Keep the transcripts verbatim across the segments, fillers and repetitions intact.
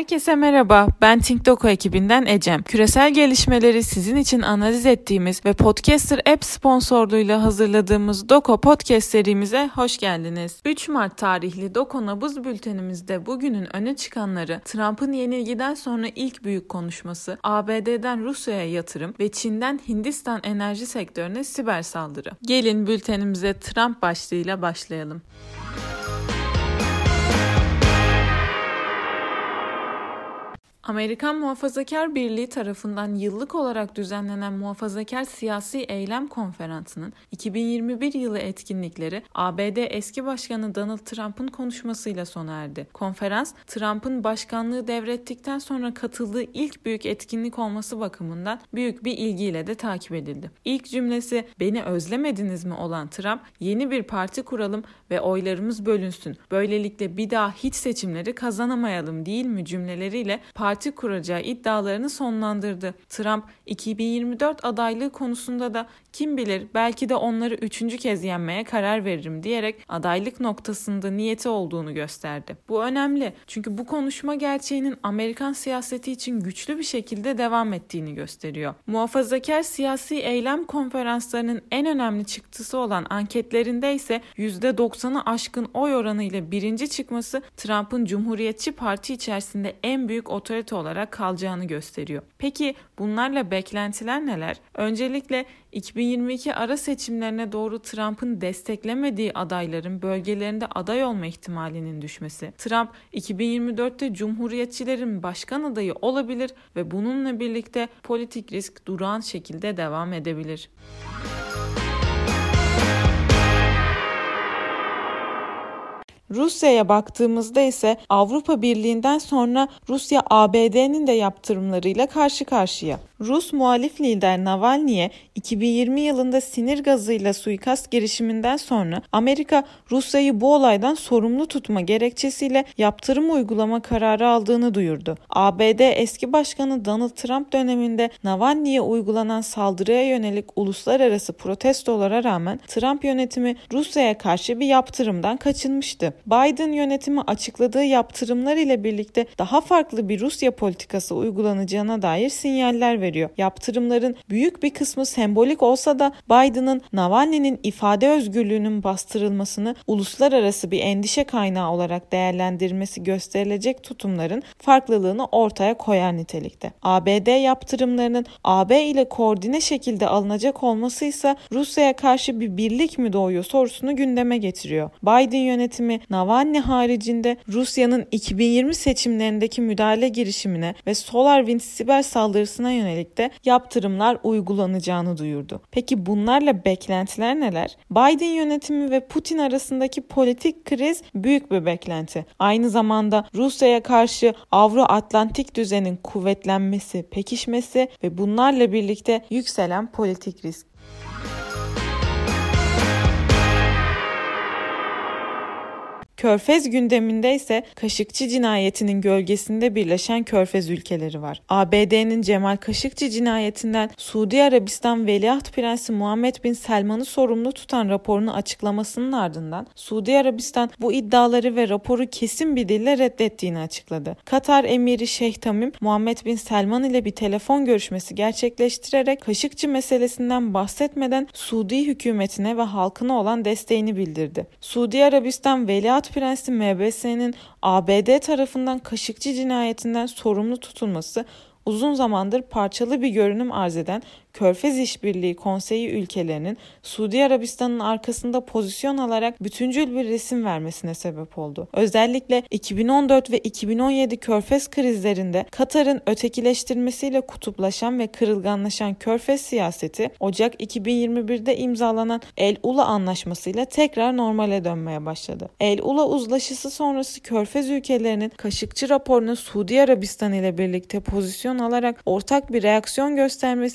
Herkese merhaba, ben Think Doku ekibinden Ecem. Küresel gelişmeleri sizin için analiz ettiğimiz ve Podcaster App sponsorluğuyla hazırladığımız Doku Podcast serimize hoş geldiniz. üç Mart tarihli Doku Nabız bültenimizde bugünün öne çıkanları, Trump'ın yenilgiden sonra ilk büyük konuşması, A B D'den Rusya'ya yatırım ve Çin'den Hindistan enerji sektörüne siber saldırı. Gelin bültenimize Trump başlığıyla başlayalım. Amerikan Muhafazakar Birliği tarafından yıllık olarak düzenlenen Muhafazakar Siyasi Eylem Konferansı'nın iki bin yirmi bir yılı etkinlikleri A B D eski başkanı Donald Trump'ın konuşmasıyla sona erdi. Konferans, Trump'ın başkanlığı devrettikten sonra katıldığı ilk büyük etkinlik olması bakımından büyük bir ilgiyle de takip edildi. İlk cümlesi "Beni özlemediniz mi?" olan Trump, "Yeni bir parti kuralım ve oylarımız bölünsün. Böylelikle bir daha hiç seçimleri kazanamayalım değil mi?" cümleleriyle parti parti kuracağı iddialarını sonlandırdı. Trump, iki bin yirmi dört adaylığı konusunda da "Kim bilir, belki de onları üçüncü kez yenmeye karar veririm" diyerek adaylık noktasında niyeti olduğunu gösterdi. Bu önemli, çünkü bu konuşma gerçeğinin Amerikan siyaseti için güçlü bir şekilde devam ettiğini gösteriyor. Muhafazakar siyasi eylem konferanslarının en önemli çıktısı olan anketlerinde ise yüzde doksanı aşkın oy oranıyla birinci çıkması Trump'ın Cumhuriyetçi Parti içerisinde en büyük otorite olarak kalacağını gösteriyor. Peki bunlarla beklentiler neler? Öncelikle iki bin yirmi iki ara seçimlerine doğru Trump'ın desteklemediği adayların bölgelerinde aday olma ihtimalinin düşmesi. Trump iki bin yirmi dörtte Cumhuriyetçilerin başkan adayı olabilir ve bununla birlikte politik risk durağan şekilde devam edebilir. Rusya'ya baktığımızda ise Avrupa Birliği'nden sonra Rusya A B D'nin de yaptırımlarıyla karşı karşıya. Rus muhalif lider Navalny'ye iki bin yirmi yılında sinir gazıyla suikast girişiminden sonra Amerika Rusya'yı bu olaydan sorumlu tutma gerekçesiyle yaptırım uygulama kararı aldığını duyurdu. A B D eski başkanı Donald Trump döneminde Navalny'ye uygulanan saldırıya yönelik uluslararası protestolara rağmen Trump yönetimi Rusya'ya karşı bir yaptırımdan kaçınmıştı. Biden yönetimi açıkladığı yaptırımlar ile birlikte daha farklı bir Rusya politikası uygulanacağına dair sinyaller veriyor. Yaptırımların büyük bir kısmı sembolik olsa da Biden'ın Navalny'nin ifade özgürlüğünün bastırılmasını uluslararası bir endişe kaynağı olarak değerlendirmesi gösterilecek tutumların farklılığını ortaya koyar nitelikte. A B D yaptırımlarının A B ile koordine şekilde alınacak olması ise Rusya'ya karşı bir birlik mi doğuyor sorusunu gündeme getiriyor. Biden yönetimi Navalny haricinde Rusya'nın iki bin yirmi seçimlerindeki müdahale girişimine ve SolarWinds siber saldırısına yönelik de yaptırımlar uygulanacağını duyurdu. Peki bunlarla beklentiler neler? Biden yönetimi ve Putin arasındaki politik kriz büyük bir beklenti. Aynı zamanda Rusya'ya karşı Avro-Atlantik düzenin kuvvetlenmesi, pekişmesi ve bunlarla birlikte yükselen politik risk. Körfez gündeminde ise Kaşıkçı cinayetinin gölgesinde birleşen Körfez ülkeleri var. A B D'nin Cemal Kaşıkçı cinayetinden Suudi Arabistan Veliaht Prensi Muhammed Bin Selman'ı sorumlu tutan raporunu açıklamasının ardından Suudi Arabistan bu iddiaları ve raporu kesin bir dille reddettiğini açıkladı. Katar Emiri Şeyh Tamim, Muhammed Bin Selman ile bir telefon görüşmesi gerçekleştirerek Kaşıkçı meselesinden bahsetmeden Suudi hükümetine ve halkına olan desteğini bildirdi. Suudi Arabistan Veliaht Prensi M B S'nin A B D tarafından Kaşıkçı cinayetinden sorumlu tutulması uzun zamandır parçalı bir görünüm arz eden Körfez İşbirliği Konseyi ülkelerinin Suudi Arabistan'ın arkasında pozisyon alarak bütüncül bir resim vermesine sebep oldu. Özellikle iki bin on dört ve iki bin on yedi Körfez krizlerinde Katar'ın ötekileştirmesiyle kutuplaşan ve kırılganlaşan Körfez siyaseti Ocak iki bin yirmi birde imzalanan El Ula Anlaşması'yla tekrar normale dönmeye başladı. El Ula uzlaşısı sonrası Körfez ülkelerinin Kaşıkçı raporuna Suudi Arabistan ile birlikte pozisyon alarak ortak bir reaksiyon göstermesi Körfez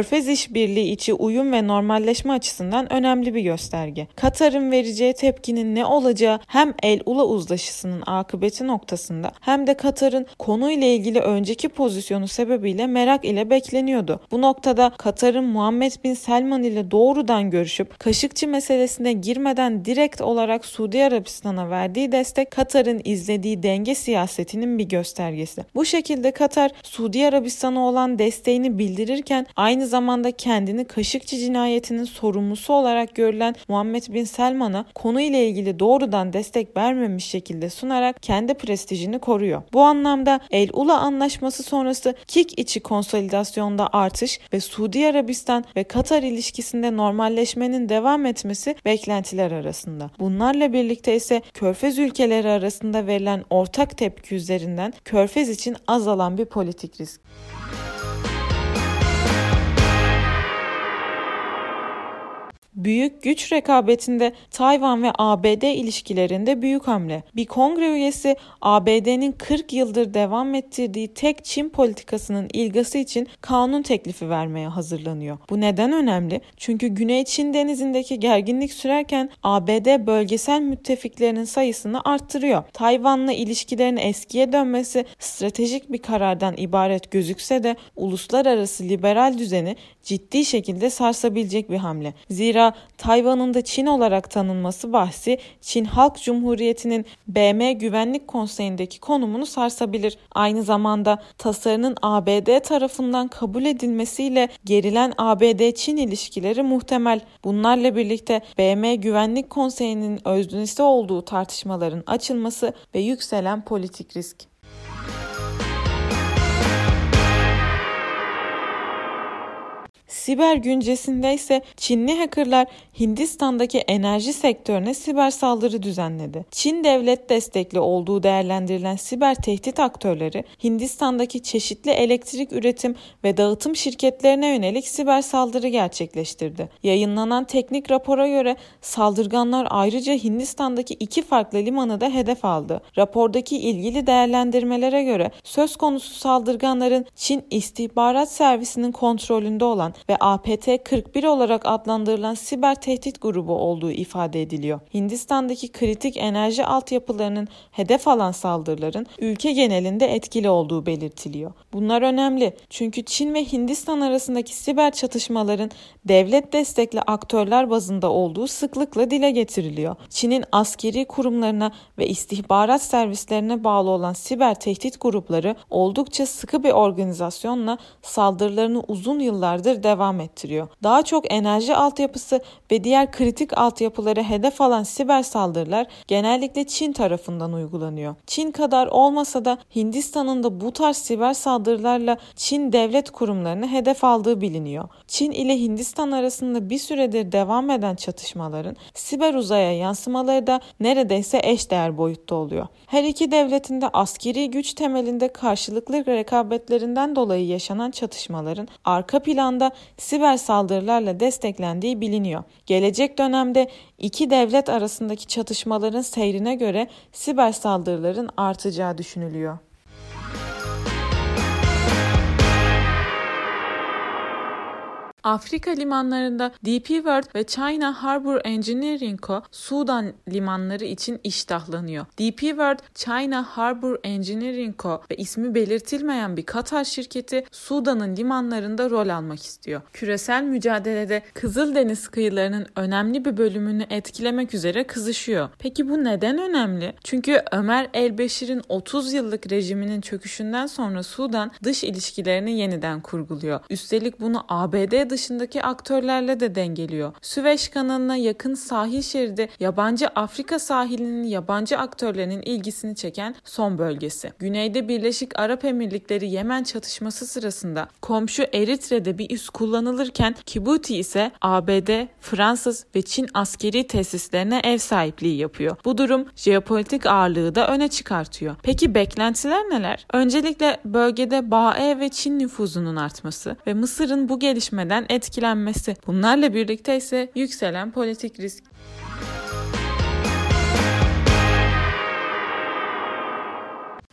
Körfez İşbirliği içi uyum ve normalleşme açısından önemli bir gösterge. Katar'ın vereceği tepkinin ne olacağı hem El-Ula uzlaşısının akıbeti noktasında hem de Katar'ın konuyla ilgili önceki pozisyonu sebebiyle merak ile bekleniyordu. Bu noktada Katar'ın Muhammed Bin Selman ile doğrudan görüşüp Kaşıkçı meselesine girmeden direkt olarak Suudi Arabistan'a verdiği destek Katar'ın izlediği denge siyasetinin bir göstergesi. Bu şekilde Katar Suudi Arabistan'a olan desteğini bildirirken aynı zamanda kendini Kaşıkçı cinayetinin sorumlusu olarak görülen Muhammed Bin Selman'a konuyla ilgili doğrudan destek vermemiş şekilde sunarak kendi prestijini koruyor. Bu anlamda El-Ula anlaşması sonrası K İ K içi konsolidasyonda artış ve Suudi Arabistan ve Katar ilişkisinde normalleşmenin devam etmesi beklentiler arasında. Bunlarla birlikte ise Körfez ülkeleri arasında verilen ortak tepki üzerinden Körfez için azalan bir politik risk. Büyük güç rekabetinde Tayvan ve A B D ilişkilerinde büyük hamle. Bir kongre üyesi A B D'nin kırk yıldır devam ettirdiği tek Çin politikasının ilgası için kanun teklifi vermeye hazırlanıyor. Bu neden önemli? Çünkü Güney Çin denizindeki gerginlik sürerken A B D bölgesel müttefiklerinin sayısını arttırıyor. Tayvan'la ilişkilerin eskiye dönmesi stratejik bir karardan ibaret gözükse de uluslararası liberal düzeni ciddi şekilde sarsabilecek bir hamle. Zira Tayvan'ın da Çin olarak tanınması bahsi Çin Halk Cumhuriyeti'nin B M Güvenlik Konseyi'ndeki konumunu sarsabilir. Aynı zamanda tasarının A B D tarafından kabul edilmesiyle gerilen A B D-Çin ilişkileri muhtemel. Bunlarla birlikte B M Güvenlik Konseyi'nin öznesi olduğu tartışmaların açılması ve yükselen politik risk. Siber güncesinde ise Çinli hackerlar Hindistan'daki enerji sektörüne siber saldırı düzenledi. Çin devlet destekli olduğu değerlendirilen siber tehdit aktörleri Hindistan'daki çeşitli elektrik üretim ve dağıtım şirketlerine yönelik siber saldırı gerçekleştirdi. Yayınlanan teknik rapora göre saldırganlar ayrıca Hindistan'daki iki farklı limanı da hedef aldı. Rapordaki ilgili değerlendirmelere göre söz konusu saldırganların Çin İstihbarat Servisi'nin kontrolünde olan ve A P T kırk bir olarak adlandırılan siber tehdit grubu olduğu ifade ediliyor. Hindistan'daki kritik enerji altyapılarının hedef alan saldırıların ülke genelinde etkili olduğu belirtiliyor. Bunlar önemli çünkü Çin ve Hindistan arasındaki siber çatışmaların devlet destekli aktörler bazında olduğu sıklıkla dile getiriliyor. Çin'in askeri kurumlarına ve istihbarat servislerine bağlı olan siber tehdit grupları oldukça sıkı bir organizasyonla saldırılarını uzun yıllardır devam ettiriyor. Daha çok enerji altyapısı ve diğer kritik altyapıları hedef alan siber saldırılar genellikle Çin tarafından uygulanıyor. Çin kadar olmasa da Hindistan'ın da bu tarz siber saldırılarla Çin devlet kurumlarını hedef aldığı biliniyor. Çin ile Hindistan arasında bir süredir devam eden çatışmaların siber uzaya yansımaları da neredeyse eşdeğer boyutta oluyor. Her iki devletin de askeri güç temelinde karşılıklı rekabetlerinden dolayı yaşanan çatışmaların arka planda siber saldırılarla desteklendiği biliniyor. Gelecek dönemde iki devlet arasındaki çatışmaların seyrine göre siber saldırıların artacağı düşünülüyor. Afrika limanlarında D P World ve China Harbour Engineering Co. Sudan limanları için iştahlanıyor. D P World, China Harbour Engineering Co. ve ismi belirtilmeyen bir Katar şirketi Sudan'ın limanlarında rol almak istiyor. Küresel mücadelede Kızıldeniz kıyılarının önemli bir bölümünü etkilemek üzere kızışıyor. Peki bu neden önemli? Çünkü Ömer el-Beşir'in otuz yıllık rejiminin çöküşünden sonra Sudan dış ilişkilerini yeniden kurguluyor. Üstelik bunu A B D dışındaki aktörlerle de dengeliyor. Süveyş kanalına yakın sahil şeridi yabancı Afrika sahilinin yabancı aktörlerinin ilgisini çeken son bölgesi. Güneyde Birleşik Arap Emirlikleri Yemen çatışması sırasında komşu Eritre'de bir üs kullanılırken Cibuti ise A B D, Fransız ve Çin askeri tesislerine ev sahipliği yapıyor. Bu durum jeopolitik ağırlığı da öne çıkartıyor. Peki beklentiler neler? Öncelikle bölgede B A E ve Çin nüfuzunun artması ve Mısır'ın bu gelişmeden etkilenmesi. Bunlarla birlikte ise yükselen politik risk.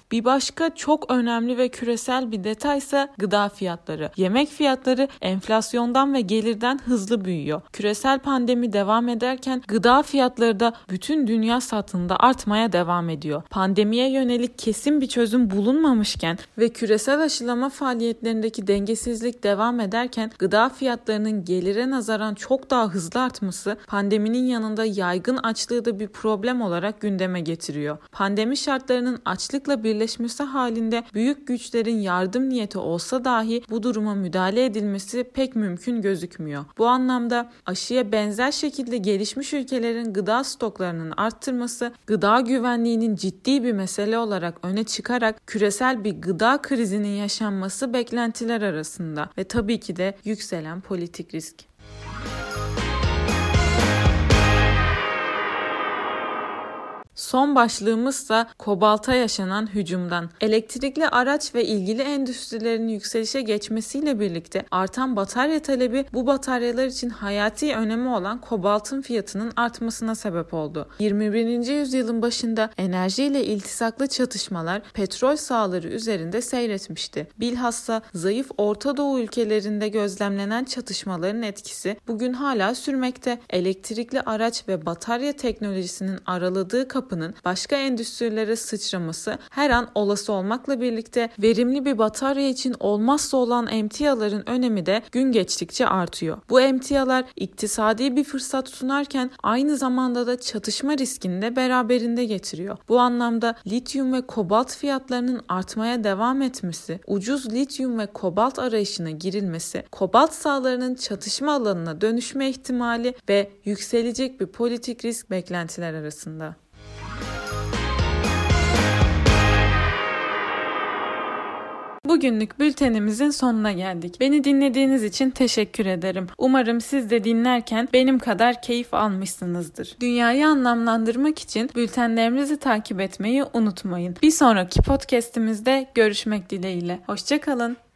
Bir başka çok önemli ve küresel bir detay ise gıda fiyatları. Yemek fiyatları enflasyondan ve gelirden hızlı büyüyor. Küresel pandemi devam ederken gıda fiyatları da bütün dünya satında artmaya devam ediyor. Pandemiye yönelik kesin bir çözüm bulunmamışken ve küresel aşılama faaliyetlerindeki dengesizlik devam ederken gıda fiyatlarının gelire nazaran çok daha hızlı artması pandeminin yanında yaygın açlığı da bir problem olarak gündeme getiriyor. Pandemi şartlarının açlıkla birleşmesi halinde büyük güçlerin yardım niyeti olsa dahi bu duruma müdahale edilmesi pek mümkün gözükmüyor. Bu anlamda aşıya benzer şekilde gelişmiş ülkelerin gıda stoklarının arttırması, gıda güvenliğinin ciddi bir mesele olarak öne çıkarak küresel bir gıda krizinin yaşanması beklentiler arasında ve tabii ki de yükselen politik risk. Son başlığımızsa kobalta yaşanan hücumdan. Elektrikli araç ve ilgili endüstrilerin yükselişe geçmesiyle birlikte artan batarya talebi bu bataryalar için hayati önemi olan kobaltın fiyatının artmasına sebep oldu. yirmi birinci yüzyılın başında enerjiyle iltisaklı çatışmalar petrol sahaları üzerinde seyretmişti. Bilhassa zayıf Orta Doğu ülkelerinde gözlemlenen çatışmaların etkisi bugün hala sürmekte. Elektrikli araç ve batarya teknolojisinin araladığı kapı başka endüstrilere sıçraması her an olası olmakla birlikte verimli bir batarya için olmazsa olan emtiaların önemi de gün geçtikçe artıyor. Bu emtialar iktisadi bir fırsat sunarken aynı zamanda da çatışma riskini de beraberinde getiriyor. Bu anlamda lityum ve kobalt fiyatlarının artmaya devam etmesi, ucuz lityum ve kobalt arayışına girilmesi, kobalt sahalarının çatışma alanına dönüşme ihtimali ve yükselecek bir politik risk beklentiler arasında. Bugünlük bültenimizin sonuna geldik. Beni dinlediğiniz için teşekkür ederim. Umarım siz de dinlerken benim kadar keyif almışsınızdır. Dünyayı anlamlandırmak için bültenlerimizi takip etmeyi unutmayın. Bir sonraki podcast'imizde görüşmek dileğiyle. Hoşça kalın.